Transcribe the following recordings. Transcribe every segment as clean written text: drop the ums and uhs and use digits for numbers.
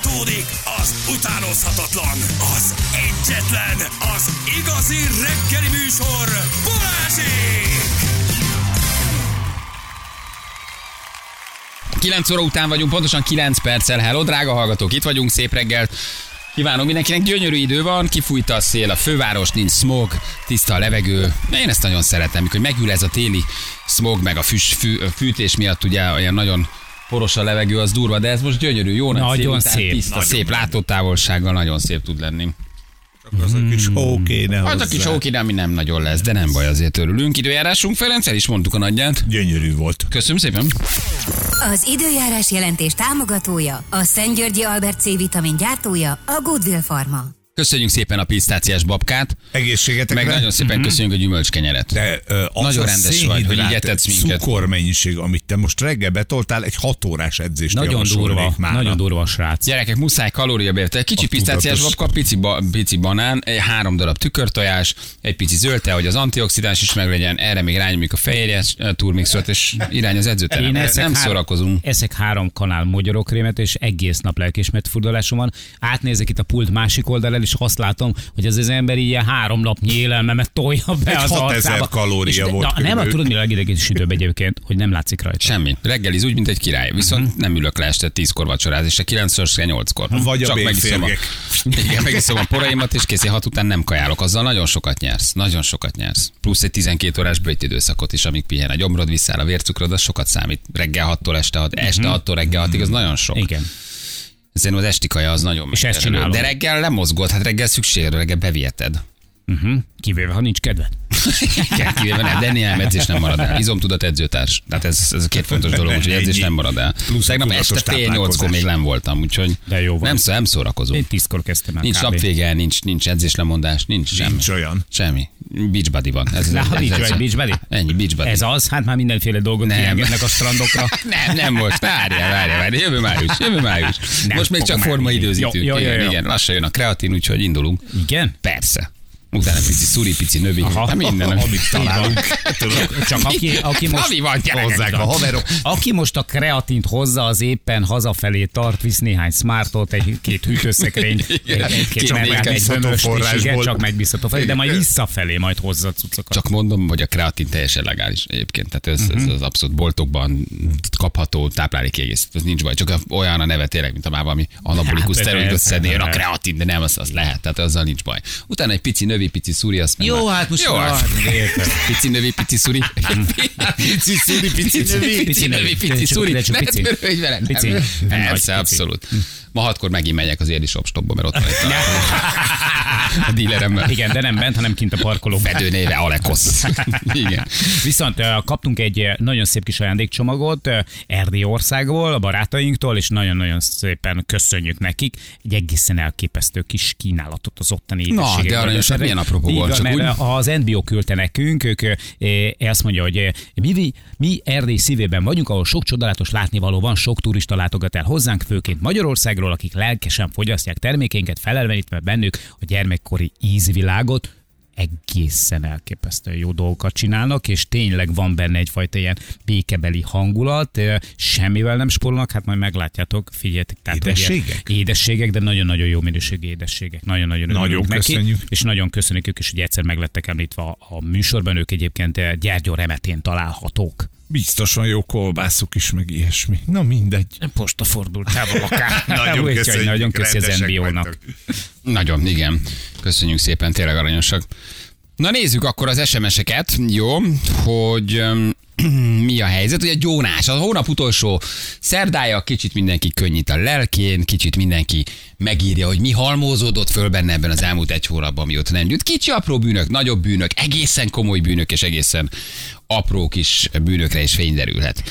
Folytatódik az utánozhatatlan, az egyetlen, az igazi reggeli műsor, Balázsék! 9 óra után vagyunk, pontosan 9 perccel. Hello, drága hallgatók, itt vagyunk, szép reggelt. Kívánok mindenkinek, gyönyörű idő van, kifújta a szél, a főváros, nincs smog, tiszta a levegő. Én ezt nagyon szeretem, mikor megül ez a téli smog, meg a fűtés miatt ugye olyan nagyon poros a levegő, az durva, de ez most gyönyörű, jó nagy nagyon szép, tiszta, nagyon szép látótávolsággal, nagyon szép tud lenni. Az a kis hó kéne hozzá. Az a kis hó kéne, ami nem nagyon lesz, de nem baj, azért örülünk. Időjárásunk, Ferenc, el is mondtuk a nagyját. Gyönyörű volt. Köszönöm szépen. Az időjárás jelentés támogatója, a Szent-Györgyi Albert C-vitamin gyártója, a Goodwill Pharma. Köszönjük szépen a pisztáciás babkát. Egészségetekre. Meg nagyon szépen köszönjük a gyümölcskenyeret. De az nagyon a rendes vagy, hogy így etetsz minket. cukormennyiség, amit te most reggel betoltál, egy 6 órás edzést Nagyon durva, nagyon durva, srác. Gyerekek, muszáj kalóriabért. Egy kicsi pisztáciás babka, pici banán, 3 darab tükörtojás, egy pici zöldte, hogy az antioxidáns is meglegyen, erre még rányomjuk a fehérje turmixot, és irány az edzőterembe. Nem szórakozunk. Eszek 3 kanál mogyorokrémet, és egész nap lelkiismeretfurdalásom van. Átnézek itt a pult másik oldalán, és azt látom, hogy ez az ember ilyen 3 napnyi élelmemet tolja be az 6000 arcába. kalória volt. Nem, tudod, mi a legidegesítőbb egyébként, hogy nem látszik rajta. Semmi. Reggeliz úgy, mint egy király. Viszont nem ülök le este 10-kor vacsorázni, és 9-kor, 8-kor. Vagy a csak megiszom a poraimat, és kész, 6 után nem kajálok. Azzal nagyon sokat nyersz. Nagyon sokat nyersz. Plusz egy 12 órás bőjt időszakot is, amíg pihen a gyomrod, visszáll a vércukrod, az sokat számít. Reggel 6-tól este 6, este 6-tól reggel 6-ig, az nagyon sok. Igen. Szerintem az esti kaja az nagyon és ezt csinálom. De reggel lemozgod, hát reggel szükséged, reggel beviheted. Kivéve, ha nincs kedved. Kivéve nem, de ennél edzés nem marad el. Izomtudat edzőtárs. Tehát ez a 2 fontos dolog, hogy edzés nem marad el. Tegnap este fél 8-kor még nem voltam, úgyhogy de jó van. Nem szórakozom. Én 10-kor kezdtem el. Nincs napvége, nincs edzéslemondás, nincs semmi. Nincs olyan. Semmi. Beachbody van. Nincs olyan beachbody? Ennyi, beachbody. Ez az? Hát már mindenféle dolgot kiengednek a strandokra. Nem most. Várjál. Jövő május. Most még csak formaidőzítünk. Igen, lassan jön a kreatin, úgyhogy indulunk. Igen? Persze. Utána pici szuri, pici növi. Hát minden, amit találunk. Csak aki most hozzák a haverok. Aki most a kreatint hozza, az éppen hazafelé tart, visz néhány smartot, egy-két hűtőszekrény, egy-két megbízható forrásból. csak megbízható felé, de majd visszafelé majd hozza a cuccokat. Csak mondom, hogy a kreatin teljesen legális egyébként. Tehát ez az abszolút boltokban kapható táplálékkiegészítő. Ez nincs baj. Csak olyan a neve tényleg, mint a már valami anabolikus szteroidot szedni, a kreatin, de nem, az lehet. Tehát azzal nincs baj. Utána egy pici növi, pici szuri, azt jó, hát most pici növi, pici szuri. Pici szuri, pici növi, pici szuri. Ne törődj velem. Persze, abszolút. Ma 6-kor megint megyek az Érdi Shopstopba, mert ott van egy a díleremmel. Igen, de nem bent, hanem kint a parkolóban. Fedőnéve Alekosz. Igen. Viszont kaptunk egy nagyon szép kis ajándékcsomagot Erdélyországból, a barátainktól, és nagyon-nagyon szépen köszönjük nekik. Egy egészen elképesztő kis kínálatot az ottani édességekből. Na, de aranyosan milyen apropó volt, csak mert úgy? Az NBO küldte nekünk, ők azt mondja, hogy mi Erdély szívében vagyunk, ahol sok csodálatos látnivaló van, sok turista látogat el hozzánk, főként Magyarországról, akik lelkesen fogyasztják termékeinket, felelvenítve bennük a gyermekkori ízvilágot. Egészen elképesztő jó dolgokat csinálnak, és tényleg van benne egyfajta ilyen békebeli hangulat, semmivel nem spórolnak, hát majd meglátjátok, figyeljetek. Tehát édességek? Édességek, de nagyon-nagyon jó minőségű édességek. Nagyon-nagyon örülünk neki, és nagyon köszönjük ők is, hogy egyszer meglettek említve a műsorban, ők egyébként Gyergyó Remetén találhatók. Biztosan jó kolbászuk is, meg ilyesmi. Na mindegy. Postafordultával akár. Nagyon köszönjük. Nagyon köszi az NBO-nak. Nagyon, igen. Köszönjük szépen, tényleg aranyosak. Na nézzük akkor az SMS-eket, jó, hogy mi a helyzet. Ugye Gyónás, a hónap utolsó szerdája, kicsit mindenki könnyít a lelkén, kicsit mindenki megírja, hogy mi halmozódott föl benne ebben az elmúlt 1 hónapban, mióta nem jut. Kicsi apró bűnök, nagyobb bűnök, egészen komoly bűnök és egészen apró kis bűnökre is fény derülhet.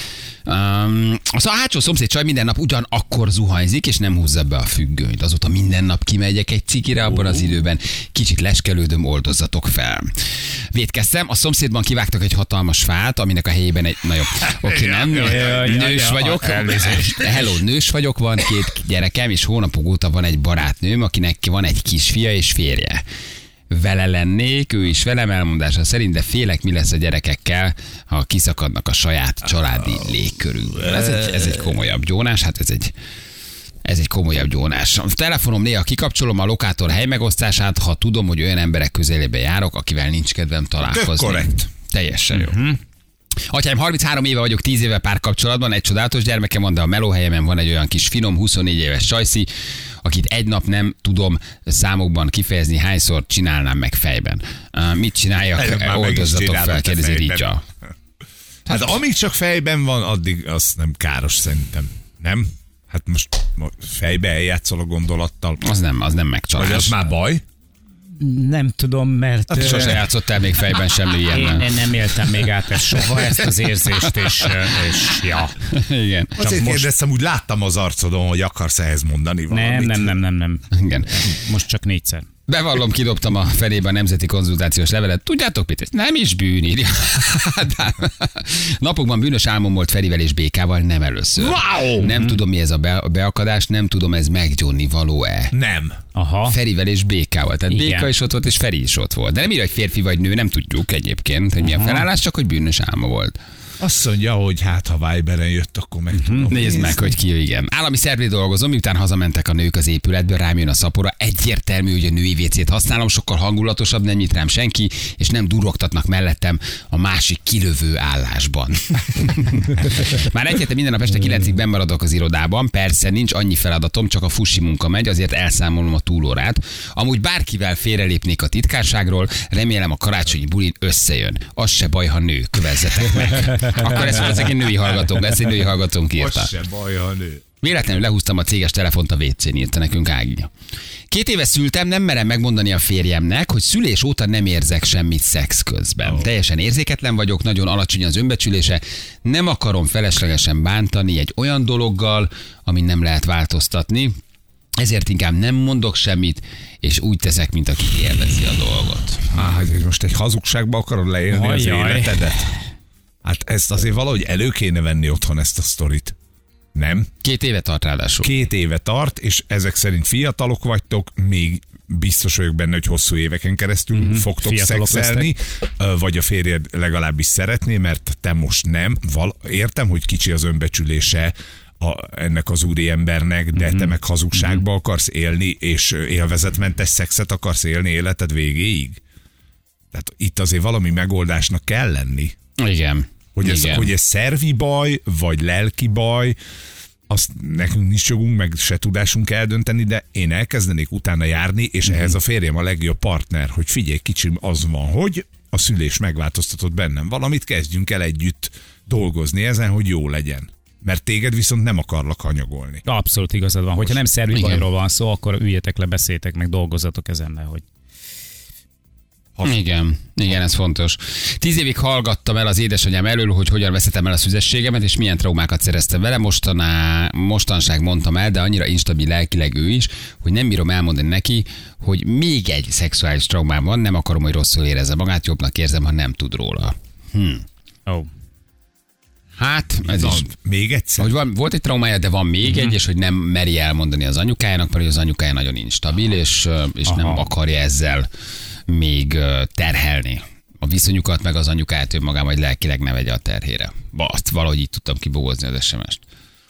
A hátsó szomszéd csaj minden nap ugyanakkor zuhanyzik, és nem húzza be a függönyt. Azóta minden nap kimegyek egy cikire abban az időben, kicsit leskelődöm, oldozzatok fel. Vétkeztem, a szomszédban kivágtak egy hatalmas fát, aminek a helyében egy nagyobb... Oké, nem? Nős vagyok. Hello, nős vagyok, van 2 gyerekem, és hónapok óta van egy barátnőm, akinek van egy kisfia és férje. Vele lennék, ő is velem elmondása szerint, de félek, mi lesz a gyerekekkel, ha kiszakadnak a saját családi légkörünkből. Ez egy komolyabb gyónás, hát ez Ez egy komolyabb gyónás. A telefonom néha kikapcsolom a lokátor helymegosztását, ha tudom, hogy olyan emberek közelébe járok, akivel nincs kedvem találkozni. Tök korrekt. Teljesen jó. Atyáim, 33 éve vagyok, 10 éve párkapcsolatban, egy csodálatos gyermekem van, de a melóhelyemen van egy olyan kis finom, 24 éves sajszi, akit egy nap nem tudom számokban kifejezni, hányszor csinálnám meg fejben. Mit csináljak? Oldozzatok fel, kérdezi Rítya. Hát amíg csak fejben van, addig az nem káros szerintem. Nem? Hát most fejbe eljátszol a gondolattal. Az nem megcsalás. Vagy az már baj? Nem tudom, mert... Sose játszottál még fejben semmi ilyennel. Én nem éltem még át soha ezt az érzést, és ja. Igen. Azért kérdeztem, úgy láttam az arcodon, hogy akarsz ehhez mondani valamit. Nem. Igen. Most csak 4-szer. Bevallom, kidobtam a felébe a nemzeti konzultációs levelet. Tudjátok mit? Ez nem is bűn, írja. Napokban bűnös álmom volt Ferivel és Békával, nem először. Wow! Nem tudom, mi ez a beakadás, nem tudom, ez meggyónni való-e. Nem. Aha. Ferivel és Békával. Tehát Igen. Béka is ott volt, és Feri is ott volt. De nem írja, hogy férfi vagy nő, nem tudjuk egyébként, hogy mi a felállás, csak hogy bűnös álma volt. Azt mondja, hogy hát ha Viberen jött, akkor meg tudom. Nézd meg, hogy ki, igen. Állami szervnél dolgozom, miután hazamentek a nők az épületből, rám jön a szapora. Egyértelmű, hogy a női WC-t használom, sokkal hangulatosabb, nem nyit rám senki, és nem durogtatnak mellettem a másik kilövő állásban. Már egy hete minden nap este 9-ig benn maradok az irodában, persze nincs annyi feladatom, csak a fusi munka megy, azért elszámolom a túlórát. Amúgy bárkivel félrelépnék a titkárságról, remélem a karácsonyi bulin összejön. Az se baj, ha nő, kövezzetek meg. Akkor ezt egy női hallgatónk írta. Most se baj, ha nő. Véletlenül lehúztam a céges telefont a WC-n, írta nekünk Ági. 2 éve szültem, nem merem megmondani a férjemnek, hogy szülés óta nem érzek semmit szex közben. Teljesen érzéketlen vagyok, nagyon alacsony az önbecsülése, nem akarom feleslegesen bántani egy olyan dologgal, amin nem lehet változtatni, ezért inkább nem mondok semmit, és úgy teszek, mint aki élvezi a dolgot. Hát most egy hazugságba akarod leélni az életedet? Hát ezt azért valahogy elő kéne venni otthon, ezt a sztorit. Nem? 2 éve tart ráadásul. 2 éve tart, és ezek szerint fiatalok vagytok, még biztos vagyok benne, hogy hosszú éveken keresztül fogtok Fiatalok szexelni, vagy a férjed legalábbis szeretné, mert te most nem. Értem, hogy kicsi az önbecsülése ennek az úriembernek, de te meg hazugságba akarsz élni, és élvezetmentes szexet akarsz élni életed végéig. Tehát itt azért valami megoldásnak kell lenni. Igen. Hogy ez szervi baj, vagy lelki baj, azt nekünk nincs jogunk, meg se tudásunk eldönteni, de én elkezdenék utána járni, és ehhez a férjem a legjobb partner, hogy figyelj, kicsim, az van, hogy a szülés megváltoztatott bennem valamit, kezdjünk el együtt dolgozni ezen, hogy jó legyen. Mert téged viszont nem akarlak hanyagolni. Abszolút igazad van. Hogyha nem szervi bajról van szó, akkor üljetek le, beszéljetek, meg dolgozzatok ezennel, hogy... Igen, ez fontos. 10 évig hallgattam el az édesanyám elől, hogy hogyan veszettem el a szüzességemet, és milyen traumákat szereztem vele. Mostanság mondtam el, de annyira instabil lelkileg ő is, hogy nem bírom elmondani neki, hogy még egy szexuális traumám van, nem akarom, hogy rosszul érezze magát, jobbnak érzem, ha nem tud róla. Hát, ez is. Még egyszer? Hogy volt egy traumája, de van még egy, és hogy nem meri elmondani az anyukájának, mert az anyukája nagyon instabil, és nem akarja ezzel még terhelni a viszonyukat, meg az anyukáját önmagán, vagy lelkileg ne vegye a terhére. Azt valahogy így tudtam kibogozni az SMS-t.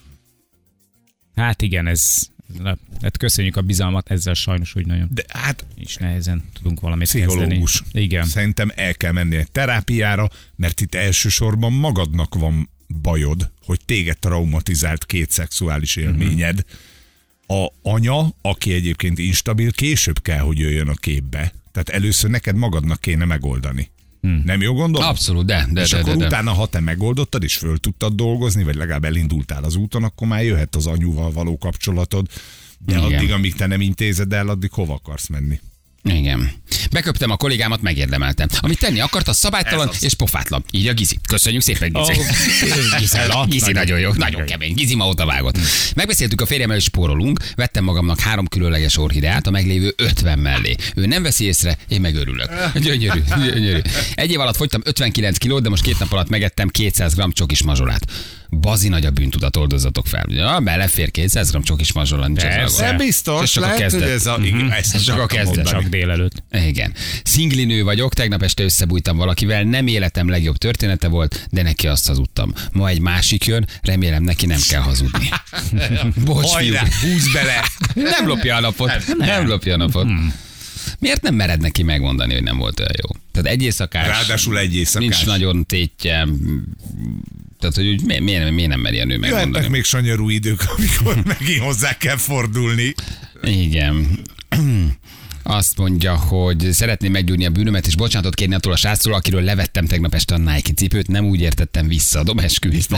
Hát igen, hát köszönjük a bizalmat, ezzel sajnos úgy nagyon de hát is nehezen tudunk valamit pszichológus. kezdeni. Igen. Szerintem el kell menni egy terápiára, mert itt elsősorban magadnak van bajod, hogy téged traumatizált 2 szexuális élményed. A anya, aki egyébként instabil, később kell, hogy jöjjön a képbe. Tehát először neked magadnak kéne megoldani. Nem jó gondolat? Abszolút, de. És akkor utána, ha te megoldottad, és föl tudtad dolgozni, vagy legalább elindultál az úton, akkor már jöhet az anyuval való kapcsolatod. De igen. Addig, amíg te nem intézed el, addig hova akarsz menni? Igen. Beköptem a kollégámat, megérdemeltem. Amit tenni akart, az szabálytalan és pofátlan. Így a Gizi. Köszönjük szépen, Gizi. Gizi nagyon jó, nagyon kemény. Gizi ma oda vágott. Megbeszéltük a férjemmel, és spórolunk. Vettem magamnak 3 különleges orchideát a meglévő 50 mellé. Ő nem veszi észre, én meg örülök. Gyönyörű. 1 év alatt fogytam 59 kilót, de most 2 nap alatt megettem 200 g csokis mazsolát. Bazi nagy a bűntudat, oldozzatok fel. Ja, belefér 200 g csokis mazsola, nincs az Persze. alga. De biztos, Ez csak a lehet, hogy kezdet. ez a... Igen, ezt csak a akartam kezdet. mondani. Csak délelőtt. Igen. Szingli nő vagyok, tegnap este összebújtam valakivel, nem életem legjobb története volt, de neki azt hazudtam. Ma egy másik jön, remélem neki nem kell hazudni. Bocs, Hajrá, fiúk. húzz bele! Nem lopja a napot. Nem lopja a napot. Miért nem mered neki megmondani, hogy nem volt olyan jó? Tehát egy éjszakás. Ráadásul egy éjszakás. Nincs nagyon tétje. Tehát, hogy úgy miért nem meri a nő Jöhetnek megmondani? még sanyarú idők, amikor megint hozzá kell fordulni. Igen. Azt mondja, hogy szeretném meggyúrni a bűnömet, és bocsánatot kérni attól a srácról, akiről levettem tegnap este a Nike cipőt, nem úgy értettem visszaadom, esküvést.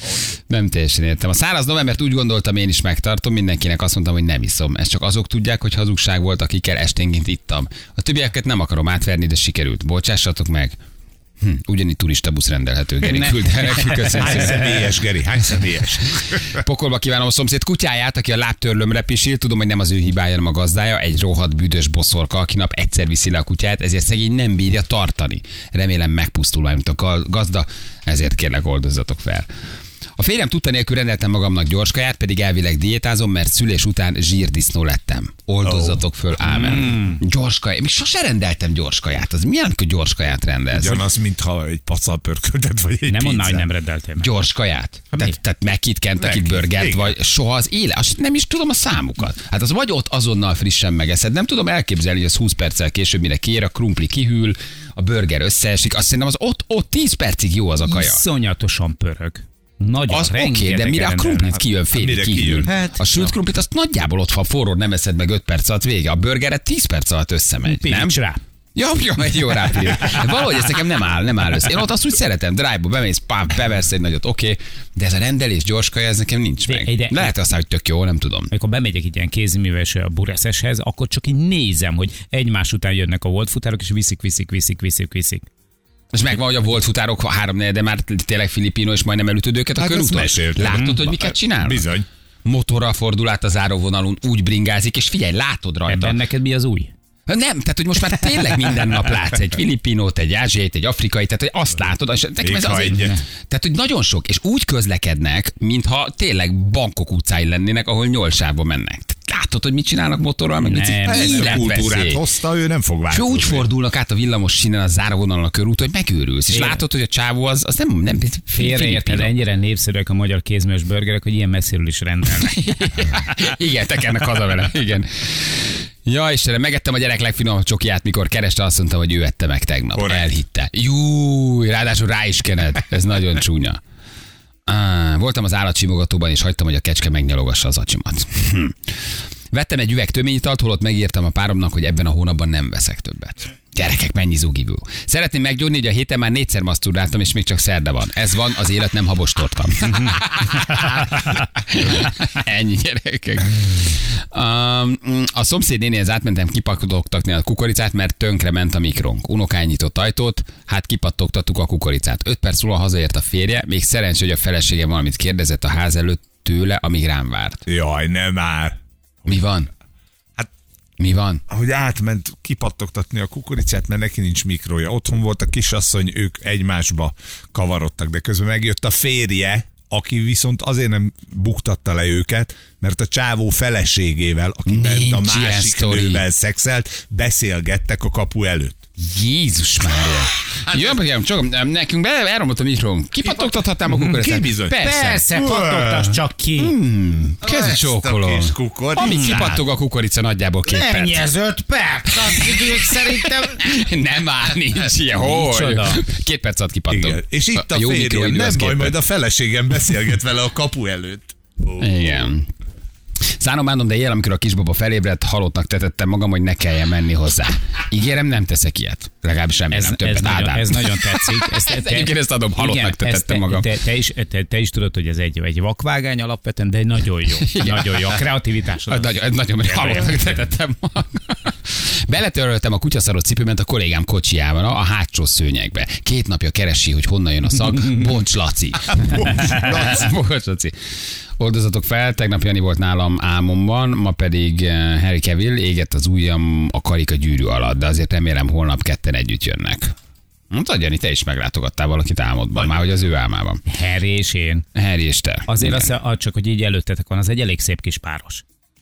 Nem teljesen értem. A száraz novembert úgy gondoltam, én is megtartom, mindenkinek azt mondtam, hogy nem iszom. Ezt csak azok tudják, hogy hazugság volt, akikkel esténként ittam. A többieket nem akarom átverni, de sikerült. Bocsássatok meg. Ugyanígy turista busz rendelhető, Geri küldte nekünk. Köszönöm Hány szépen. személyes, Geri? Hány személyes? Pokolba kívánom a szomszéd kutyáját, aki a lábtörlömre pisil. Tudom, hogy nem az ő hibája, hanem a gazdája. Egy rohadt büdös boszorka, aki nap egyszer viszi le a kutyát, ezért szegény nem bírja tartani. Remélem megpusztul már, mint a gazda, ezért kérlek oldozzatok fel. A férjem tudta nélkül rendeltem magamnak gyorskaját, pedig elvileg diétázom, mert szülés után zsírdisznó lettem. Oldozzatok föl, ámen. Gyorskaját. Még sose rendeltem gyorskaját. Az milyen, hogy gyorskaját rendelsz? Ugyanaz, mintha egy pacal pörköltet, vagy egy Nem mondd már, hogy pizzát. nem rendeltél meg. Gyors kaját. Tehát Mac-it, Kentucky Mac-it, burgert, igen. vagy soha az éle. Azt nem is tudom a számukat. Hát az vagy ott azonnal frissen megeszed. Nem tudom elképzelni, hogy az 20 perccel később, mire kiér, a krumpli kihűl, a burger összeesik. Azt szerintem az ott 10 percig jó az a kaja. Iszonyatosan pörög. Nagyon Az oké, de rengeteg mire a rendelnek. krumplit kijön, félig mire kihűl. kijön? A sült krumplit azt nagyjából ott van forró, nem eszed meg 5 perc alatt vége. A burgeret 10 perc alatt összemegy, nem? Piríts rá. Ja, egy jó rápirír. Valahogy ez nekem nem áll össze. Én ott azt úgy szeretem, drive-ba bemész, beversz egy nagyot, oké, de ez a rendelés gyors kaja, ez nekem nincs meg. De- Lehet aztán, hogy tök jó, nem tudom. Amikor bemegyek egy ilyen kézműves bureszeshez, akkor csak így nézem, hogy egymás után jönnek a volt futárok, és viszik. És megvan, hogy a volt futárok 3-4, de már tényleg filipino, és majdnem elütöd őket a Hát ezt körúton. meséltem. Látod, hogy miket csinálnak? Bizony. Motorral fordul át a záróvonalon, úgy bringázik, és figyelj, látod rajta. Ebben neked mi az új? Nem, tehát hogy most már tényleg minden nap látsz egy filipinót, egy ázsiait, egy afrikai, tehát hogy azt látod, és nekem ez Még ha azért, egyet. tehát hogy nagyon sok, és úgy közlekednek, mintha tényleg Bangkok utcái lennének, ahol 8 sávba mennek. Látod, hogy mit csinálnak motorral, meg Nem, Ezt a kultúrát életveszély. hozta, ő nem fog És változni. úgy fordulnak át a villamos sínen a záróvonalon a körút, hogy megőrülsz. És Igen. látod, hogy a csávó az nem Félreérted, filipino. ennyire népszerűek a magyar kézműves burgerek, hogy ilyen messziről is rendelnek. Igen, tekernek haza vele. Igen. Ja, Istenem, megettem a gyerek legfinomabb csokiját, mikor kereste, azt mondta, hogy ő ette meg tegnap. Korrekt. Elhitte. Júj, ráadásul rá is kened. Ez nagyon csúnya. Voltam az állatsimogatóban, és hagytam, hogy a kecske megnyalogassa az acsimat. Vettem egy üveg töményitalt, holott megírtam a páromnak, hogy ebben a hónapban nem veszek többet. Gyerekek, mennyi zugibő. Szeretném meggyógyni, hogy a héten már 4-szer maszturbáltam, és még csak szerda van. Ez van, az élet nem habostortam. Ennyi, gyerekek. A szomszéd nénihez átmentem kipattogtatni a kukoricát, mert tönkre ment a mikronk. Unokán nyitott ajtót, hát kipattogtattuk a kukoricát. 5 perc múlva hazaért a férje, még szerencsé, hogy a felesége valamit kérdezett a ház előtt tőle, amíg rám várt. Jaj, nem már. Mi van? Hát- Mi van? Ahogy átment kipattogtatni a kukoricát, mert neki nincs mikrója. Otthon volt a kisasszony, ők egymásba kavarodtak, de közben megjött a férje, aki viszont azért nem buktatta le őket, mert a csávó feleségével, aki ment a Nincs ilyen másik sztori. nővel szexelt, beszélgettek a kapu előtt. Jézus Mária. Jó, meg csak nekünk elromlott a mikron. Kipattogtathatnám a kukoricát? Ki bizony? Persze, pattogtass csak ki. Kezi csókolom. Ezt a kis kukoricát. Amíg kipattog a kukorica nagyjából 2 Ennyi perc. ez 5 perc? Azt idők szerintem... Nem áll, nincs ilyen. Hogy? Micsoda? 2 perc alatt kipattog. Igen. És itt a jó férjem, mikroidő nem az 2 baj, majd perc. a feleségem beszélget vele a kapu előtt. Igen. Szánom bánom, de éjjel, amikor a kisbaba felébredt, halottnak tetettem magam, hogy ne kelljen menni hozzá. Ígérem, nem teszek ilyet. Legalábbis remélem többet, Ádám. ez nagyon tetszik. Egyébként ezt adom, halottnak tetettem magam. Te is tudod, hogy ez egy vakvágány alapvetően, de nagyon jó. Nagyon jó. A kreativitásod. Nagyon halottnak tetettem magam. Beletöröltem a kutyaszarott cipőmet a kollégám kocsijában, a hátsó szőnyegbe. 2 napja keresi, hogy honnan jön a szag. Boncs Laci. Boncs Laci. Oldozatok fel, tegnap Jani volt nálam álmomban, ma pedig Harry Cavill égett az ujjam a karika gyűrű alatt, de azért remélem holnap ketten együtt jönnek. Mondtad, Jani, te is meglátogattál valakit álmodban, már hogy az ő álmában. Harry és én. Harry és te. Azért Igen. az csak, hogy így előttetek van, az egy elég szép kis páros.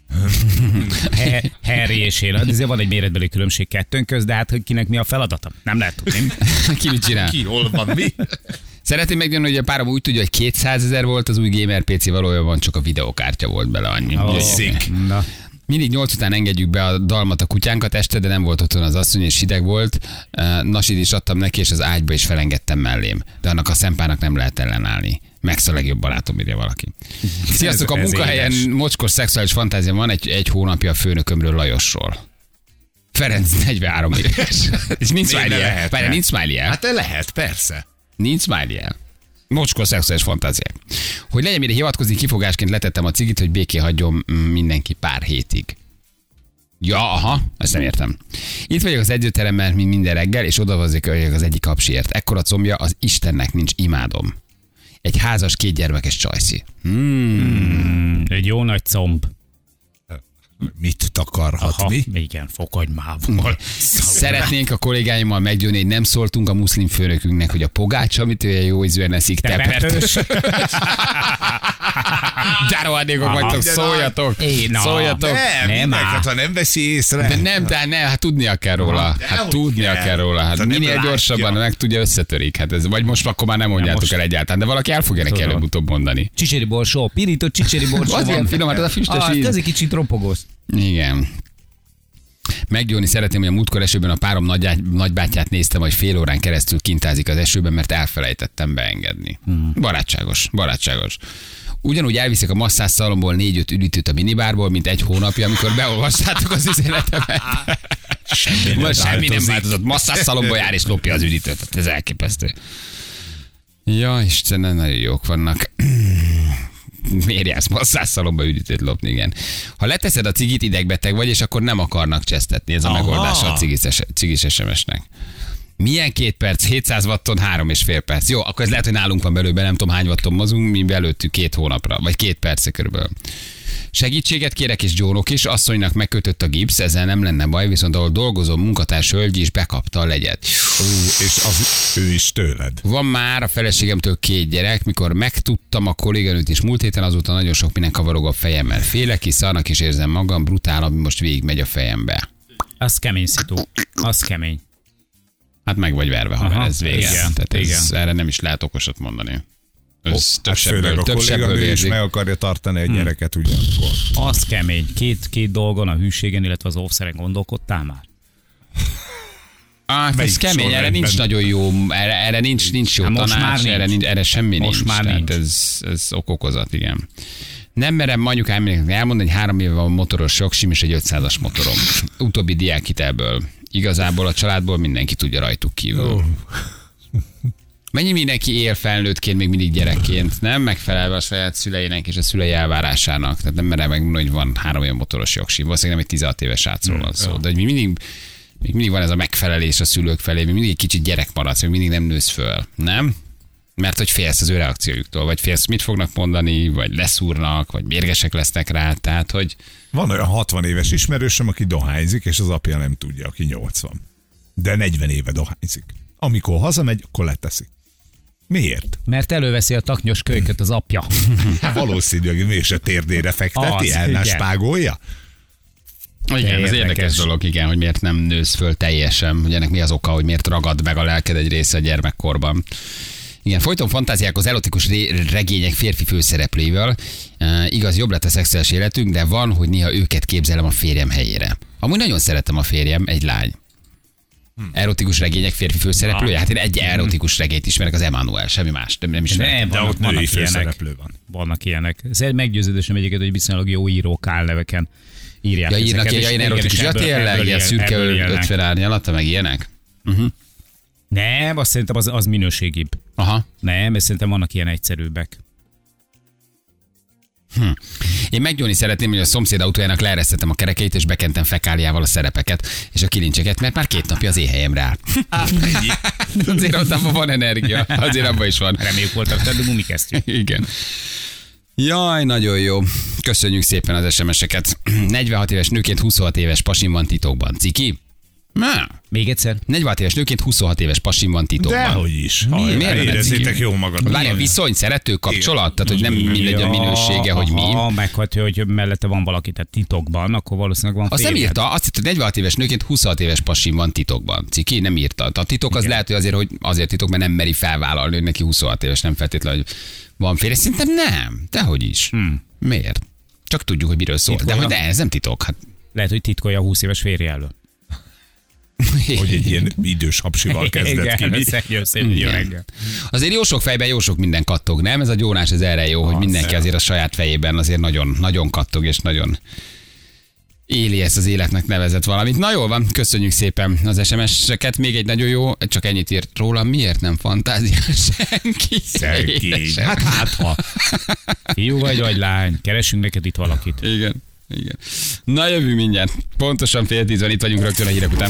Harry és én. Azért van egy méretbeli különbség kettőnk köz, de hát hogy kinek mi a feladata? Nem lehet tudni. Ki mit csinál? Ki, hol van, mi? Szeretném meggyőzni, hogy a párom úgy tudja, hogy 200 000 volt az új Gamer PC, valójában csak a videokártya volt bele annyi. Ó, Úgyhogy- na. Mindig 8 után engedjük be a dalmat a kutyánkat este, de nem volt otthon az asszony, és hideg volt. Nasit is adtam neki, és az ágyba is felengedtem mellém. De annak a szempának nem lehet ellenállni. Megsz a legjobb barátom, írja valaki. Sziasztok, a Ez munkahelyen édes. mocskos szexuális fantáziám van egy hónapja a főnökömről, Lajosról. Ferenc 43 éves. És nincs Miért ne smiley-e. lehetne? Várjál, nincs smiley-e. Hát lehet, persze. Nincs smiley-e. Mocskos szexuális fantáziák. Hogy legyen mire hivatkozni, kifogásként letettem a cigit, hogy béké hagyjon mindenki pár hétig. Ja, aha, ezt nem értem. Itt vagyok az edzőteremben, mint minden reggel, és oda vagyok az egyik kapsiért. Ekkora combja, az Istennek nincs, imádom. Egy házas, 2 gyermekes csajszi. Egy jó nagy comb. Mit takarhat, Aha, mi? igen, fokhagymával. Szeretnénk a kollégáimmal meggyőzni, hogy nem szóltunk a muszlim főnökünknek, hogy a pogácsa, amit ő jó ízűen eszik, tepert. Gyárohadékok vagytok, szóljatok. Szóljatok. Nem, áll. hát ha nem veszi észre. De nem, hát tudnia kell róla. Hát dehogy tudnia kell róla. Hát Ha nem minél látja. gyorsabban megtudja, összetörik. Hát ez, vagy most akkor már nem mondjátok most- el egyáltalán, de valaki el fogja neki Tudom. előbb-utóbb mondani. Csicseri borsó, pirított csicseri borsó. Az ilyen finom, hát az a füstös íz. Ez egy kicsit ropogós. Igen. Meggyóni szeretném, hogy a múltkor esőben a párom nagybátyját néztem, hogy fél órán keresztül kintázik az esőben, mert elfelejtettem beengedni. Barátságos, barátságos. Ugyanúgy elviszik a masszás szalomból 4-5 üdítőt a minibárból, mint egy hónapja, amikor beolvastátok az üzenetemet. Semmi nem változott. Masszás szalomból jár és lopja az üdítőt. Hát ez elképesztő. Ja, Istenem, nagyon jók vannak. Miért jársz masszásszalomba üdítőt lopni, igen. Ha leteszed a cigit, idegbeteg vagy, és akkor nem akarnak csesztetni. Ez a megoldása a cigis SMS-nek. Milyen 2 perc? 700 watton 3,5 perc. Jó, akkor ez lehet, hogy nálunk van belőle, nem tudom hány watton mozunk, mi belőttük 2 hónapra, vagy 2 perce körülbelül. Segítséget kérek, és Jónok is, asszonynak megkötött a gipsz, ezzel nem lenne baj, viszont ahol dolgozó munkatárs hölgy is bekapta a legyet. És ő is tőled. Van már a feleségemtől 2 gyerek, mikor megtudtam a kolléganőt is múlt héten, azóta nagyon sok minden kavarog a fejemmel. Félek is, szarnak is érzem magam, brutál, ami most végig megy a fejembe. Az kemény szitu. Az kemény. Hát meg vagy verve, ha Aha, ez vége. igen, Tehát ez, igen. erre nem is lehet okosat mondani. Ez Hát főleg a kolléganő is vérzik. meg akarja tartani a gyereket ugyanakkor. Az kemény. Két dolgon, a hűségen, illetve az óvszeren gondolkodtál már? Ez Melyik kemény, erre sorrendben? nincs nagyon jó, erre nincs jó Hát most tanács, már nincs. erre semmi Most nincs. már Tehát nincs. ez okokozat, igen. Nem merem anyukámnak elmondani, hogy 3 éve van motoros jogsim és egy 500-as motorom. Utóbbi diákhitelből. Igazából a családból mindenki tudja rajtuk kívül. Mennyi mindenki él felnőttként, még mindig gyerekként, nem megfelelve a saját szüleinek és a szülei elvárásának. Tehát nem merem megmondani, hogy van 3 éve motoros jogsim. Valószínűleg nem egy 16 éves srácról van szó. De hogy még mindig van ez a megfelelés a szülők felé, még mindig egy kicsit gyerek maradsz, még mindig nem nősz föl. Nem? Mert hogy félsz az ő reakciójuktól, vagy félsz, mit fognak mondani, vagy leszúrnak, vagy mérgesek lesznek rá, tehát hogy Van olyan 60 éves ismerősöm, aki dohányzik, és az apja nem tudja, aki 80. De 40 éve dohányzik. Amikor hazamegy, akkor leteszi. Miért? Mert előveszi a taknyos kölyköt az apja. Valószínűleg és a térdére fekteti, Az, elnáspágolja. igen, ez érdekes dolog, igen, hogy miért nem nősz föl teljesen, hogy ennek mi az oka, hogy miért ragad meg a lelked egy része a gyermekkorban. Igen, folyton fantáziák az erotikus regények férfi főszereplőivel. Igaz, jobb lett a szexuális életünk, de van, hogy néha őket képzelem a férjem helyére. Amúgy nagyon szeretem a férjem, egy lány. Erotikus regények férfi főszereplője? Hát én egy erotikus regényt ismerek, az Emmanuel, semmi más, nem ismerek. De ott női főszereplő van. Vannak ilyenek. Ez meggyőződésem egyébként, hogy viszonylag jó írók álneveken írják. Ja, írnak ezeket, és ilyen igen, erotikus, és ja tényleg, ilyen szürke ebből élnek. 50 árnyalata, meg ilyenek? Nem, azt szerintem az minőségibb. Aha. Nem, ezt szerintem vannak ilyen egyszerűbbek. Én meggyóni szeretném, hogy a szomszéd autójának leeresztettem a kerekeit, és bekentem fekáliával a szerepeket és a kilincseket, mert már 2 napja az éhelyemre áll. Azért ott abban van energia, azért abban is van. Reméljük voltak, de mi kezdtük. Igen. Jaj, nagyon jó. Köszönjük szépen az SMS-eket. 46 éves nőként 26 éves pasim van titokban. Ciki? Na, Még egyszer? 46 éves nőként 26 éves pasim van titokban. Dehogy is. Miért nem Érezzétek tetszik? jó magad. Várj, viszony, szerető kapcsolat? Tehát, hogy nem mindegy a minősége, hogy mi. Ha meghatja, hogy mellette van valaki, tehát titokban, akkor valószínűleg van Azt nem férjed. írta, azt írta, hogy 46 éves nőként 26 éves pasim van titokban. Ciki, nem írta. A titok az lehet, hogy azért titok, mert nem meri felvállalni, hogy neki 26 éves, nem feltétlenül, hogy van férje. Szerintem nem. Dehogy is. Miért? Csak tudjuk, hogy miről szól. Titkolja. De ez nem titok. Hát, Lehet, hogy titkolja a 20 éves férje elől. Hogy egy ilyen idős hapsival kezdett ki. mi? Szép jó reggel. azért jó sok fejben jó sok minden kattog, nem? Ez a gyónás, ez erre jó, hogy mindenki azért a saját fejében azért nagyon, nagyon kattog, és nagyon éli ezt az életnek nevezett valamit. Na jól van, köszönjük szépen az SMS-eket. Még egy nagyon jó, csak ennyit írt róla. Miért nem fantázia senki? Szerki. Hát ha. Fiú vagy lány, keresünk neked itt valakit. Igen. Igen. Na jövünk mindjárt. Pontosan 9:30 van, itt vagyunk rögtön a hírek után.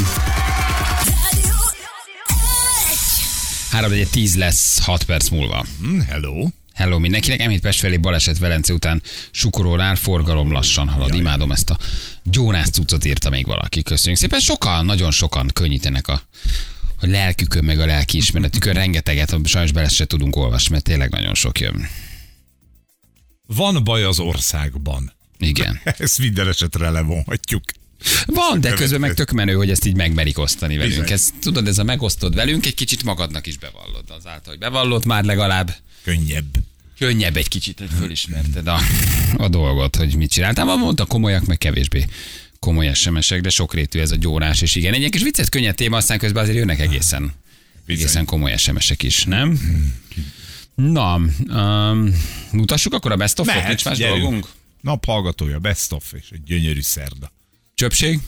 3:10 lesz 6 perc múlva. Hello. Hello mindenkinek, M7 Pest felé baleset Velence után Sukorónál, forgalom lassan halad. Imádom ezt a gyónász cuccot, írta még valaki. Köszönjük szépen. Sokan, nagyon sokan könnyítenek a lelkükön, meg a lelkiismeretükön. Rengeteget, sajnos bele se tudunk olvasni, mert tényleg nagyon sok jön. Van baj az országban. Igen. Ezt minden esetre levonhatjuk. Van, de közben meg tök menő, hogy ezt így megmerik osztani velünk. Bizony. Ezt, tudod, ez a megosztod velünk, egy kicsit magadnak is bevallod. Azáltal, hogy bevallod, már legalább Könnyebb. egy kicsit, hogy fölismerted a dolgot, hogy mit csináltál. Mondta komolyak, meg kevésbé komoly SMS-ek, de sokrétű ez a gyónás, és igen. Egy kis vicces, könnyed téma, aztán közben azért jönnek egészen komoly SMS-ek is, nem? Na, mutassuk akkor a best of-ot, nincs más gyerünk. dolgunk? Naphallgatója, best of, és egy gyönyörű szerda. Csöpség?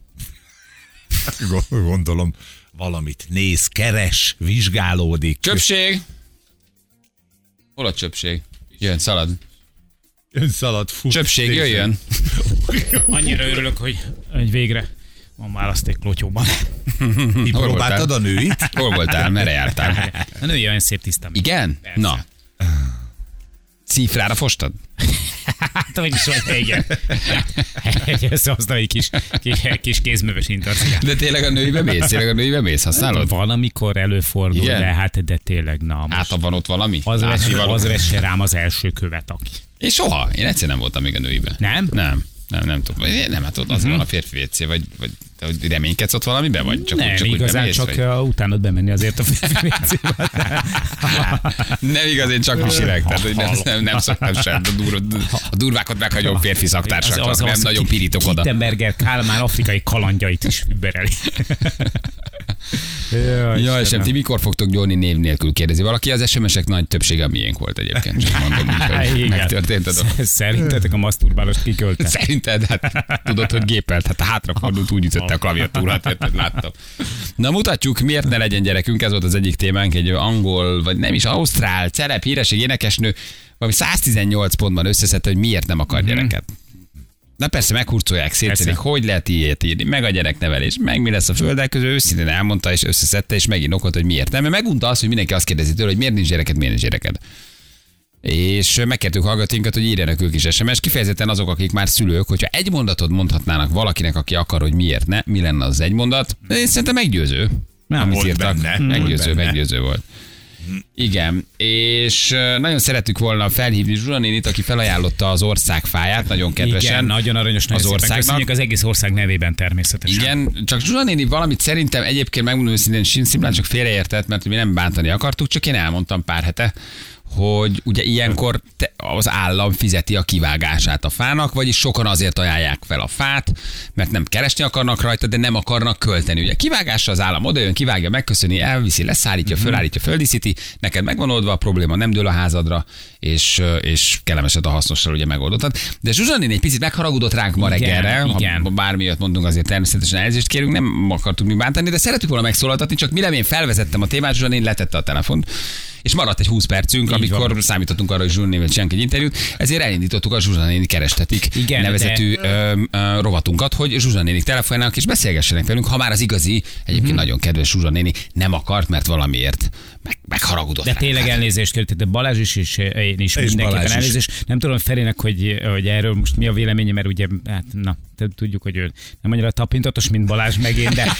Gondolom valamit néz, keres, vizsgálódik. Csöpség! Hol a csöpség? Jön, szalad. Ön szalad, fut. Csöpség, jöjjön. Annyira örülök, hogy végre van választék Klotyóban. Próbáltad a nőit? Hol voltál? Merre jártál? A női olyan szép tisztán. Igen? Persze. Na. Cifrára fostad? Hát, vagyis vagy, igen. Összehoztam egy kis kézműves intarciát. De tényleg a nőibe mész? Használod? Van, amikor előfordul, Igen? de tényleg, na most. Hát, van ott valami? Az Látnivaló? vesse rám az első követ, aki. Én soha. Én egyszer nem voltam még a nőiben. Nem? Nem tudom. Nem, hát ott az van a férfi WC, vagy te hogy reménykedsz ott valamiben, vagy csak Nem, úgy, csak igazán úgy bemész, csak utánod bemenni azért a Nem igaz, én csak visírek, tehát hogy nem szoktam sem. A durvákat meghagyom férfi szaktársaknak, nem nagyon pirítok oda. Kittenberger Kálmán afrikai kalandjait is übereli. Ja, és ti mikor fogtok Johnny név nélkül kérdezni? Valaki, az SMS-ek nagy többsége a miénk volt egyébként. Csak mondom, hogy megtörtént a dolog. Szerintetek a maszturbálost kikölte? Szerinted? Hát tudod, hogy gépelt, hát a hátrafordult úgy ütötte a klaviatúrát, érted, láttam. Na mutatjuk, miért ne legyen gyerekünk, ez volt az egyik témánk, egy angol, vagy nem is ausztrál, celeb, híresség, énekesnő, valami 118 pontban összeszedte, hogy miért nem akar gyereket. Na persze meghurcolják, szétszedik, hogy lehet ilyet írni, meg a gyereknevelés, meg mi lesz a földek közül, őszintén elmondta és összeszedte, és megint okot, hogy miért nem. Mert megunta azt, hogy mindenki azt kérdezi tőle, hogy miért nincs gyereked, miért nincs gyereked. És megkértük hallgatóinkat, hogy írjanak ők is SMS, kifejezetten azok, akik már szülők, hogyha egy mondatot mondhatnának valakinek, aki akar, hogy miért ne, mi lenne az egy mondat. Én szerintem meggyőző. Nem amit volt írtak. benne. Meggyőző volt. Igen, és nagyon szerettük volna felhívni Zsula nénit, aki felajánlotta az országfáját, nagyon kedvesen. Igen, nagyon aranyos, nagyon az szépen országnak. köszönjük az egész ország nevében természetesen. Igen, csak Zsula néni valamit szerintem egyébként megmondom őszintén szimplán csak félreértett, mert mi nem bántani akartuk, csak én elmondtam pár hete, hogy ugye ilyenkor az állam fizeti a kivágását a fának, vagyis sokan azért ajánlják fel a fát, mert nem keresni akarnak rajta, de nem akarnak költeni. Ugye kivágásra az állam odajön, kivágja, megköszöni, elviszi, leszállítja, fölállítja, földíszíti, neked megvan oldva, a probléma nem dől a házadra, és kellemeset a hasznosra ugye megoldottad. De Zsuzsa néni egy picit megharagudott ránk ma reggelre, ha bármilyet mondunk, azért természetesen elnézést kérünk, nem akartuk mi bántani, de szeretük volna megszólaltatni, csak mire én felvezettem a témát, Zsuzsa néni letette a telefont, és maradt egy 20 percünk, amikor van. számítottunk arra, hogy Zsuzsa nénivel csinálunk egy interjút, ezért elindítottuk a Zsuzsa néni kerestetik Igen, nevezetű rovatunkat, hogy Zsuzsa nénik telefonálnak és beszélgessenek velünk, ha már az igazi, egyébként nagyon kedves Zsuzsa néni nem akart, mert valamiért megharagudott. De tényleg elnézést kérte, de Balázs is, és én is mindenképpen Balázs is. elnézést. Nem tudom Ferinek, hogy erről most mi a véleménye, mert ugye, hát na, tudjuk, hogy ő nem annyira tapintatos, mint Balázs meg én, de...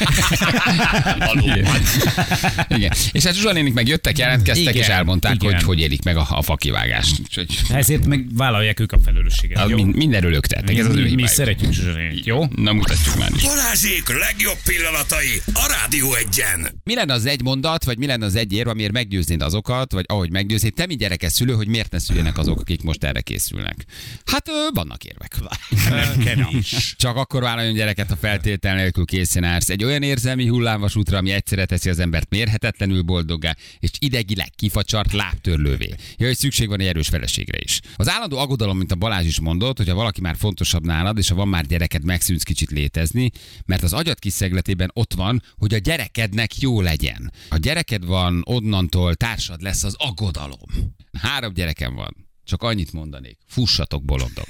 Igen. És hát Zsuzsa nénik meg jöttek, jelentkeztek, Igen, és elmondták, igen. hogy élik meg a fakivágást. Úgyhogy Ezért meg vállalják ők a felelősséget. Jó? mindenről ők tettek, ez az ő Mi hibájuk. szeretjük Zsuzsa nénit, jó? Na mutatjuk már is. Balázsék legjobb pillanatai a Rádió Egyen. Mi lenne az egy mondat, vagy mi lenne az egy érv, amiért meggyőznéd azokat, vagy ahogy meggyőznéd, te, mint gyerekes szülő, hogy miért ne szüljenek azok, akik most erre készülnek? Hát vannak érvek. Kevés. Csak akkor vállaljon gyereket, ha feltétel nélkül készen állsz. Egy olyan érzelmi hullámvasútra, ami egyszerre teszi az embert mérhetetlenül boldoggá, és idegileg kifacsart lábtörlővé. Ja, hogy szükség van egy erős feleségre is. Az állandó aggodalom, mint a Balázs is mondott, hogy ha valaki már fontosabb nálad, és ha van már gyereked, megszűnsz kicsit létezni, mert az agyad kiszegletében ott van, hogy a gyerekednek jó legyen. Ha gyereked van, onnantól társad lesz az aggodalom. 3 gyerekem van. Csak annyit mondanék. Fussatok, bolondok.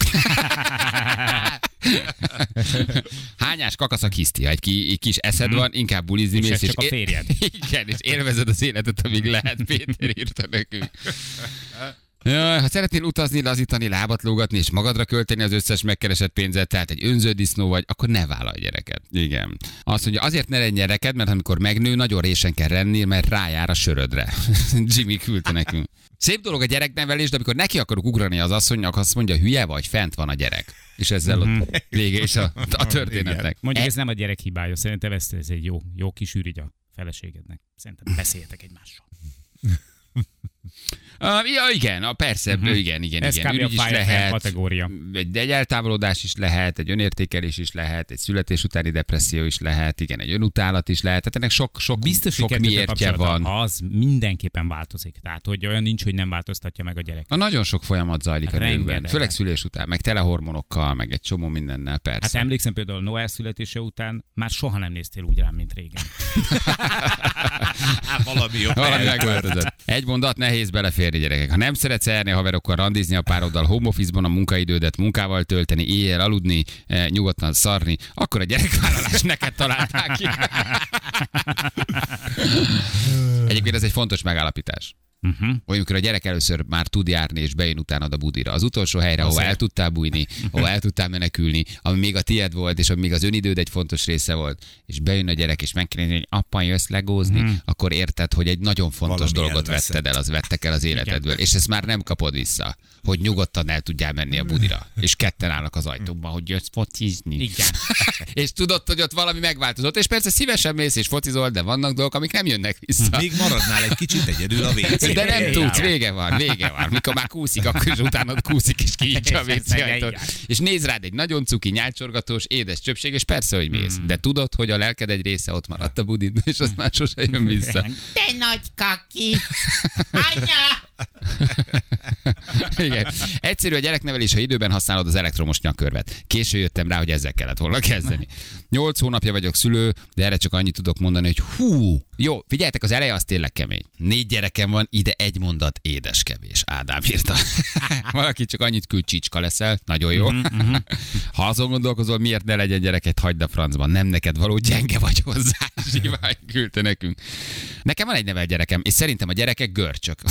Hányás kakaszak hiszti, ha egy kis eszed van, inkább bulizni És mész. ez csak a férjed. Igen, és élvezed az életet, amíg lehet. Péter írta nekünk. Jaj, ha szeretnél utazni, lazítani, lábat lógatni és magadra költeni az összes megkeresett pénzet, tehát egy önző disznó vagy, akkor ne vállalj gyereket. Igen. Azt mondja, azért ne legyen gyereked, mert amikor megnő, nagyon résen kell lenni, mert rájár a sörödre. Jimmy küldte nekünk. Szép dolog a gyereknevelés, de amikor neki akarok ugrani az asszonynak, azt mondja, hülye vagy, fent van a gyerek. És ezzel ott vége is a történetnek. Mondjuk ez nem a gyerek hibája, szerintem ez egy jó kis ürügy a feleségednek. Szerintem beszéljetek egymással. Ja, igen, persze, igen. Ez kb. Ürügy A is Firefly lehet, kategória. egy eltávolodás is lehet, egy önértékelés is lehet, egy születés utáni depresszió is lehet, igen, egy önutálat is lehet, tehát ennek sok Biztos, hogy miértje van. Az mindenképpen változik. Tehát, hogy olyan nincs, hogy nem változtatja meg a gyerek. Nagyon sok folyamat zajlik Hát a nőkben, rengeteg. főleg szülés után, meg tele hormonokkal, meg egy csomó mindennel, persze. Hát emlékszem például Noel születése után már soha nem néztél úgy rám, mint régen. Valami jobb. Valami megváltozott. Egy mondat, nehéz beleférni, gyerekek. Ha nem szeretsz elni a haverokkal randizni a pároddal, home office-ban a munkaidődet munkával tölteni, éjjel aludni, nyugodtan szarni, akkor a gyerekvállalás neked találták ki. Egyébként ez egy fontos megállapítás. Hogy amikor a gyerek először már tud járni, és bejön utánad a budira. Az utolsó helyre, ahova el tudtál bújni, ahova el tudtál menekülni, ami még a tied volt, és ami még az önidőd egy fontos része volt, és bejön a gyerek, és megkérdezi, hogy apa, jössz legózni, akkor érted, hogy egy nagyon fontos Valami dolgot elveszett. vetted el, az vettek el az életedből, és ezt már nem kapod vissza, hogy nyugodtan el tudjál menni a budira, és ketten állnak az ajtóban, hogy jössz focizni. Igen. És tudod, hogy ott valami megváltozott, és persze szívesen mész és focizol, de vannak dolgok, amik nem jönnek vissza. Még maradnál egy kicsit egyedül a WC. De nem tudsz, vége van. Mikor már kúszik, akkor is utánad kúszik, és kinyitja a WC ajtót. És néz rád egy nagyon cuki, nyálcsorgatós, édes csöpség, és persze, hogy mész. De tudod, hogy a lelked egy része ott maradt a budin, és az már sose jön vissza. Te nagy kaki! Anya! Igen. Egyszerű a gyereknevelés, ha időben használod az elektromos nyakkörvet. Késő jöttem rá, hogy ezzel kellett volna kezdeni. 8 hónapja vagyok szülő, de erre csak annyit tudok mondani, hogy hú, jó, figyeljetek, az eleje az tényleg kemény. 4 gyerekem van, ide egy mondat, édes kevés. Ádám írta. Valaki csak annyit küld, csicska leszel, nagyon jó. Ha azon gondolkozol, miért ne legyen gyereket, hagyd a francban, nem neked való, gyenge vagy hozzá. Zsivány küldte nekünk. Nekem van egy nevelt gyerekem, és szerintem a gyerekek görcsök.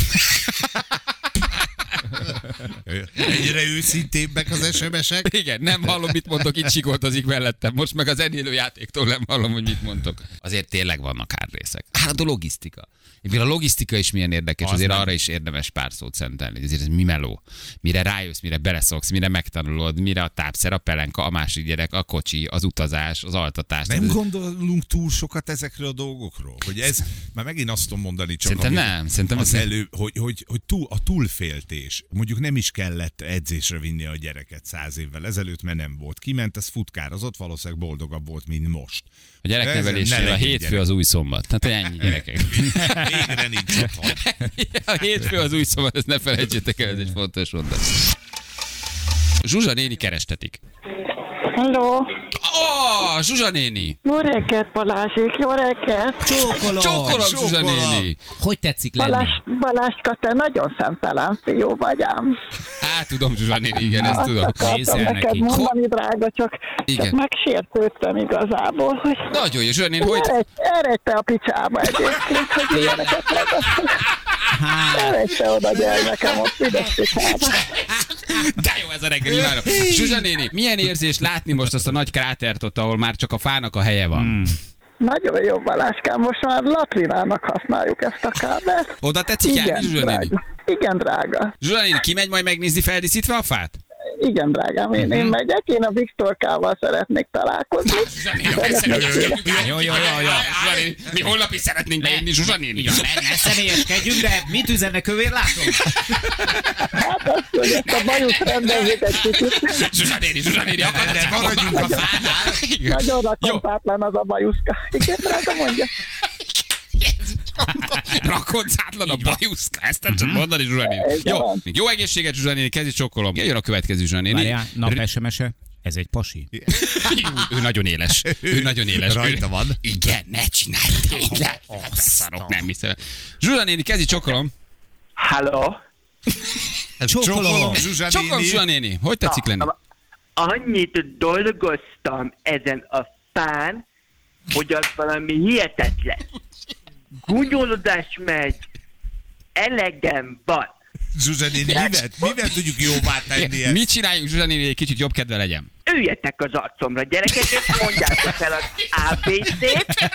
Egyre őszintébbek az SMS-ek. Igen, nem hallom, mit mondok, itt sikoltozik mellettem. Most meg az zenélő játéktól nem hallom, hogy mit mondtok. Azért tényleg vannak hárrészek. Hát a logisztika. A logisztika is milyen érdekes, Az azért nem. arra is érdemes pár szót szentelni. Ezért ez mi meló. Mire rájössz, mire beleszoksz, mire megtanulod, mire a tápszer, a pelenka, a másik gyerek, a kocsi, az utazás, az altatás. Nem Tehát ez- gondolunk túl sokat ezekről a dolgokról? Hogy ez, már megint azt tudom mondani, csak Szerintem amit nem. Szerintem az ez- hogy a túlféltés. Mondjuk nem is kellett edzésre vinni a gyereket 100 évvel ezelőtt, mert nem volt. Kiment, ez futkározott, valószínűleg boldogabb volt, mint most. A gyereknevelés, Ne a legyen hétfő gyerek. az új szombat. Tehát ennyi gyerekek. Végre nincs otthon. A hétfő az új szombat, ezt ne felejtsétek el, ez egy fontos mondat. Zsuzsa néni kerestetik. Hello. Zsuzsa néni! Jó reggelt, Balázsék, jó reggelt. Csókolom, Zsuzsa néni! Hogy tetszik lenni? Baláska, te nagyon szemtelen fiú vagy ám. Hát tudom, Zsuzsa néni, igen, ezt tudom. Akartam Nézzel neked neki. mondani, drága, csak Igen. megsértődtem igazából, hogy Nagyon jó, Zsuzsa néni, hogy... eredj te a picsába egyébként, hogy ilyeneket megosztok. Eredj te oda, gyermekem, ott üdes picsába. De jó ez a reggel, imádom. Zsuzsa néni, milyen érzés látni most azt a nagy krátert ott, ahol már csak a fának a helye van? Nagyon jó, Baláskám, most már latrinának használjuk ezt a kábelt. Oda tetszik járni, Zsuzsa néni? drága. Igen, drága. Zsuzsa néni, ki megy majd megnézni feldíszítve a fát? Igen, drágám, én megyek, én a Viktorkával szeretnék találkozni. Zsuzsa néni, Jó. Zsuzsa néni, mi holnap is szeretnénk bejönni, Zsuzsa néni. Igen, ne személyeskedjünk, de mit üzenne kövér látom? Hát azt, hogy ezt a bajusz rendezzük egy kicsit. Zsuzsa néni, akkor de maradjunk a fánál. Nagyon rakontátlan az a bajuszka. Igen, drága, mondja. Rakoncátlan a bajuszka, ezt nem csak mondani, Zsuzsa néni. Jó egészséget, Zsuzsa néni, kezdj csokkolom. Jön a következő, Zsuzsa néni. Várjál, nap SMS-e? Ez egy pasi. Ő nagyon éles. Ő nagyon éles. Rajta van. Igen, ne csinálj tényleg. Szarok, nem hiszem. Zsuzsa néni, kezdj csokolom. Halló? Csókolom, Zsuzsa Csokolom, Zsuzsa néni. néni. Hogy tetszik lenni? Annyit dolgoztam ezen a fán, hogy az valami hihetetlen. Gúnyolódás megy, elegem van. Zsuzsa néni, mivel tudjuk jóvá tenni ezt? Mit csináljunk, Zsuzsa néni, egy kicsit jobb kedve legyen? Üljetek az arcomra, gyerekek, és mondjátok el az ABC-t.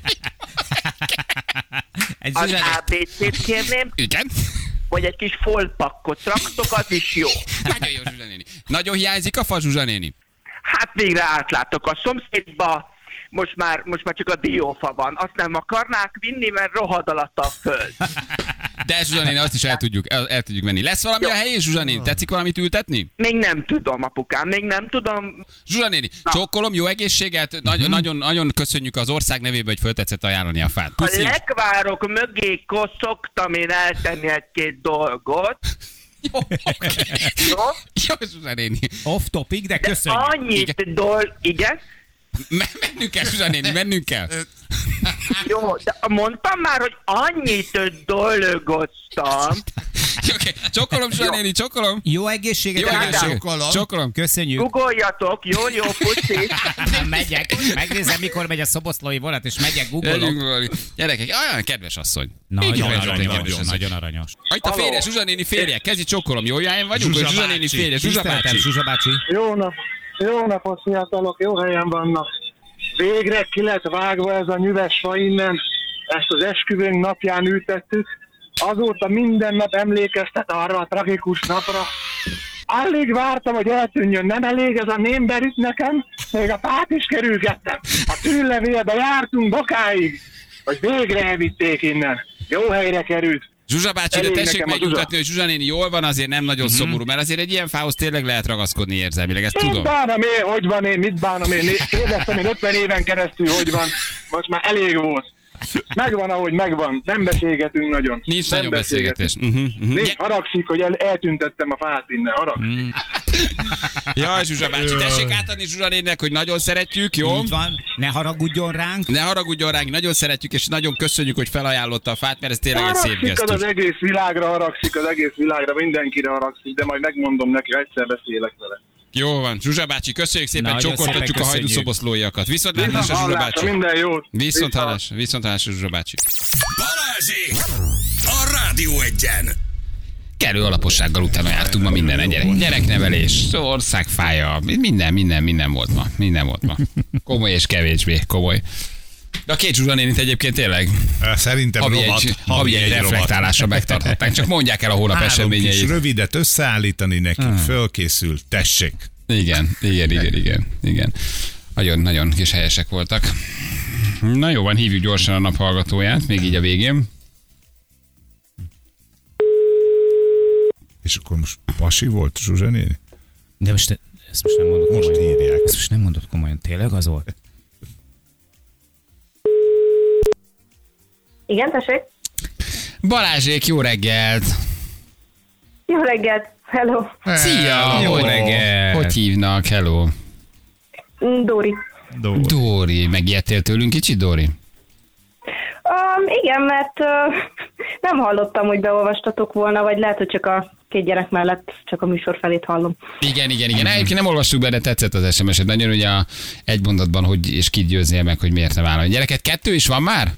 Az ABC-t kérném, Igen? vagy egy kis folpakkot raktok, az is jó. Nagyon jó, Zsuzsa néni. Nagyon hiányzik a fa, Zsuzsa néni? Hát végre átlátok a szomszédba, most már csak a diófa van. Azt nem akarnák vinni, mert rohad alatt a föld. De Zsuzsa néni, azt is el tudjuk venni. Lesz valami a helyén, Zsuzsa néni? Tetszik valamit ültetni? Még nem tudom, apukám, még nem tudom. Zsuzsa néni, csókolom, jó egészséget. Nagyon köszönjük az ország nevében, hogy föltetszett ajánlani a fát. A Puszi. lekvárok mögé szoktam én eltenni egy-két dolgot. Jó? Jó, Zsuzsa néni. Off topic, de köszönjük. Annyit igen? Mennünk kell, Zsuzsa néni, mennünk kell. Jó, de mondtam már, hogy annyit dolgoztam. Okay. Csokolom, Zsuzsa néni, csokolom. Jó egészséget. Jó egészséget. Csokolom. Köszönjük. Googoljatok, jó, puszi. Megyek. Megnézem, mikor megy a szoboszlói vonat, és megyek, googolok. Gyerekek, olyan kedves asszony. Nagyon Nagyon aranyos. Itt a férje, Zsuzsa néni férje. Kezdj csokolom. Jó helyen vagyunk? Zsuzsa néni férje. Zsuzsa bácsi. Jó napot, fiatalok, jó helyen vannak. Végre ki lett vágva ez a nyüves fa innen, ezt az esküvőnk napján ültettük. Azóta minden nap emlékeztet arra a tragikus napra. Alig vártam, hogy eltűnjön, nem elég ez a némberüt nekem, még a fát is kerülgettem. A tűnlevélbe jártunk bokáig, hogy végre elvitték innen. Jó helyre került. Zsuzsa bácsi, de tessék megnyugtatni, hogy Zsuzsa néni jól van, azért nem nagyon szomorú, mert azért egy ilyen fához tényleg lehet ragaszkodni érzelmileg, ezt tudom. Mit bánom én, hogy van én, mit bánom én? Kérdeztem én 50 éven keresztül, hogy van. Most már elég volt. Megvan, ahogy megvan. Nem beszélgetünk nagyon. Nincs nagyon beszélgetés. Nincs, haragszik, hogy eltűntettem a fát innen. Haragszik. Jaj, Zsuzsa bácsi, tessék átadni Zsuzsa néninek, hogy nagyon szeretjük, jó? Így van. Ne haragudjon ránk. Ne haragudjon ránk, nagyon szeretjük, és nagyon köszönjük, hogy felajánlotta a fát, mert ez tényleg egy szép gesztus. Az egész világra haragszik, az egész világra, mindenkire haragszik, de majd megmondom neki, egyszer beszélek vele. Jó van, Zsuzsa bácsi, köszönjük szépen, csókoltatjuk a hajdu szoboszlóiakat. Viszontlátásra, Zsuzsa bácsi. Minden jót. Viszontlátásra, Zsuzsa bácsi. Balázsék! A Rádió Egyen! Kellő alapossággal utána jártunk ma minden gyereknevelés, országfája, minden volt ma. Minden volt ma. Komoly és kevésbé komoly. De a két Zsuzsa nénit egyébként tényleg Szerintem havi egy reflektálásra megtartották. Csak mondják el a hónap eseményeit. Kis rövidet összeállítani nekik, fölkészül, tessék. Igen. Nagyon kis helyesek voltak. Na jó van, hívjuk gyorsan a nap hallgatóját, még így a végén. És akkor most pasi volt Zsuzsa néni? De most ezt most nem mondod komolyan. Most írják. Ezt most nem mondod komolyan. Tényleg az volt? Igen, tessék? Balázsék, jó reggelt! Jó reggelt! Hello! Szia! Jó reggelt! Hogy hívnak? Hello! Dóri. Dóri, megijedtél tőlünk kicsit, Dóri? Igen, mert nem hallottam, hogy beolvastatok volna, vagy lehet, hogy csak a 2 gyerek mellett csak a műsor felét hallom. Igen. Egyébként nem olvassuk be, de tetszett az SMS-et. Nagyon ugye egy mondatban, hogy és kit győzzél meg, hogy miért nem vállalni. Gyereket 2 is van már?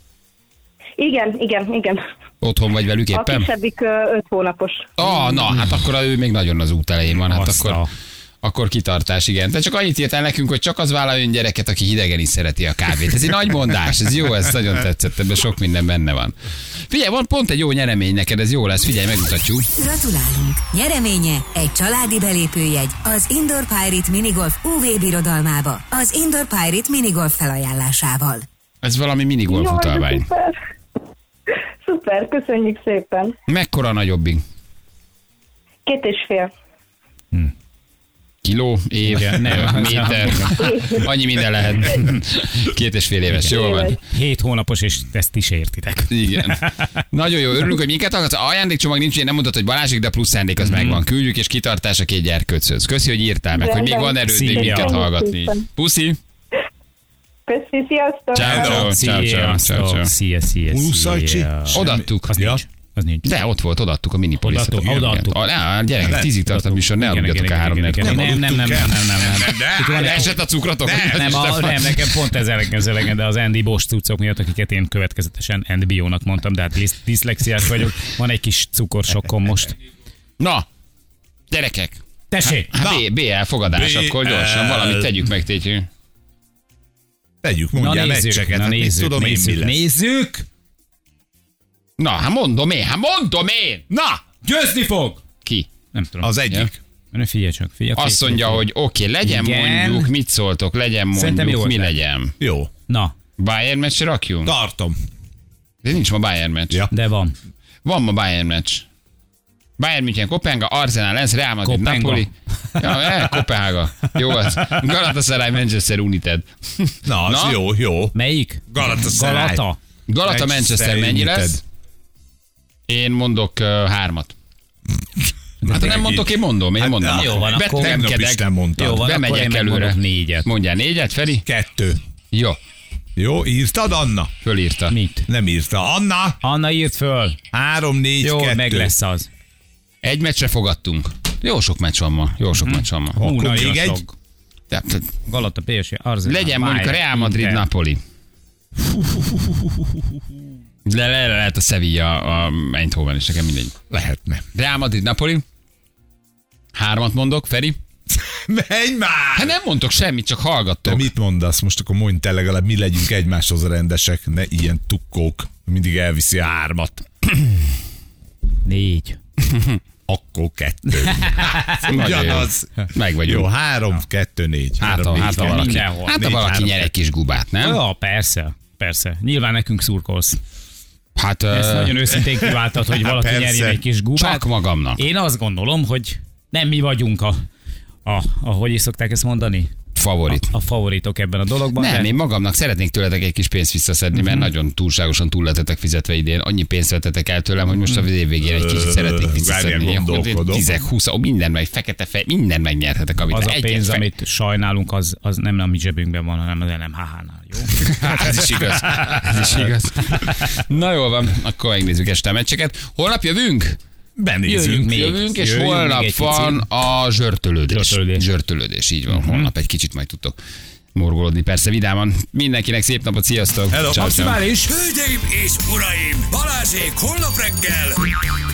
Igen. Otthon vagy velük A éppen? kisebbik 5 hónapos. Na, hát akkor ő még nagyon az út elején van. Hát akkor kitartás, igen. De csak annyit írtál nekünk, hogy csak az vállaljon gyereket, aki hidegen is szereti a kávét. Ez egy nagy mondás, ez jó, ez nagyon tetszett, ebben sok minden benne van. Figyelj, van pont egy jó nyeremény neked, ez jó lesz, figyelj, megmutatjuk. Gratulálunk! Nyereménye egy családi belépőjegy az Indoor Pirate Minigolf UV birodalmába az Indoor Pirate Minigolf felajánlásával. Ez valami minigolf Jaj, de utalvány. Szuper, köszönjük szépen. Mekkora a nagyobbig? 2,5. Kiló, év, méter, annyi minden lehet. 2,5 éves, jól van. 7 hónapos, és ezt is értitek. Igen. Nagyon jó, örülünk, hogy minket hallgatsz. Ajándékcsomag nincs, én nem mondtad, hogy Balázsik, de plusz szándék az megvan. Küldjük, és kitartás a 2 gyerkőcöz. Köszi, hogy írtál meg, hogy még van erőd még minket hallgatni. Puszi! Köszi, sziasztok! Ciao. Szia. Odaadtuk. Az nincs. De ott volt, odaadtuk a minipolisztot. Odaadtuk. Gyerekek, 10-ig tart a műsor, ne aludjatok a 3-4. Nem. Esett a cukrotok? Nem, nekem pont ez ellenkezőleg, de az Andy Bosch cuccok miatt, akiket én következetesen Andy Bio-nak mondtam, de hát diszlexiás vagyok. Van egy kis cukorsokkom most. Na, gyerekek. Tessék! BL fogadás, akkor gyorsan valamit tegyük meg, tétjük. Tegyük, mondjál meccseket. Nézzük! Na, hát mondom én. Na! Győzni fog! Ki? Nem tudom. Az egyik. Figyelj csak. Azt mondja, hogy oké, legyen mondjuk, mit szóltok, legyen mondjuk, mi legyen. Jó. Na. Bayern meccsre rakjunk? Tartom. De nincs ma Bayern meccs. Ja. De van. Van ma Bayern meccs. Bayern München, Kopenhága, Arsenal, Lens, Real Madrid, Napoli. Ja, Kopenhága. Jó az. Galatasaray, Manchester United. Na, az jó. Melyik? Galatasaray. Galata, Manchester mennyi lesz? Én mondok 3-at. Hát ha nem mondok, én mondom. Jó van, akkor tegnap is nem mondtad. Jó van, bemegyek előre. 4-et. Mondjál 4-et, Feri? 2. Jó. Jó, írtad, Anna? Fölírta. Mit? Nem írta. Anna? Anna írt föl. 3, 4, Jó, 2. meg lesz az. Egy meccsre fogadtunk. Jó sok meccs van ma. Akkor még egy. Galata, PSG, Arsenal. Legyen mondjuk a Real Madrid, Napoli. Lehet a Sevilla, a Eindhoven is, nekem mindegy. Lehetne. Real Madrid, Napoli. 3-at mondok, Feri. Menj már! Hát nem mondtok semmit, csak hallgattok. De mit mondasz? Most akkor mondj te legalább, mi legyünk egymáshoz rendesek, ne ilyen tukkók. Mindig elviszi a 3-at. 4. Akkor 2. Ugyanaz. Meg vagyunk. Jó, 3, 2, 4. Hát valaki nyer egy kis gubát, nem? Ja, persze. Nyilván nekünk szurkolsz. Hát ezt nagyon őszintén kiváltad, hogy valaki nyerjen egy kis gubát. Csak magamnak. Én azt gondolom, hogy nem mi vagyunk hogy is szokták ezt mondani? Favorit. A favoritok ebben a dologban. Nem, én magamnak szeretnék tőletek egy kis pénzt visszaszedni, mert nagyon túlságosan túl lettetek fizetve idén. Annyi pénzt vettetek el tőlem, hogy most a év végére egy kicsit szeretnék visszaszedni. 10-20, minden meg, fekete fej, minden megnyerhetek, amit az a pénz, amit sajnálunk, az nem a mi zsebünkben van, hanem az LMHH-nál, jó? Ez is igaz. Na jól van, akkor megnézzük este a meccseket. Holnap jövünk? Jövünk, és holnap van a zsörtölődés, így van. Holnap egy kicsit majd tudtok morgolódni, persze vidáman. Mindenkinek szép napot, sziasztok! Hello, ciao. Hölgyeim és uraim, Balázsék holnap reggel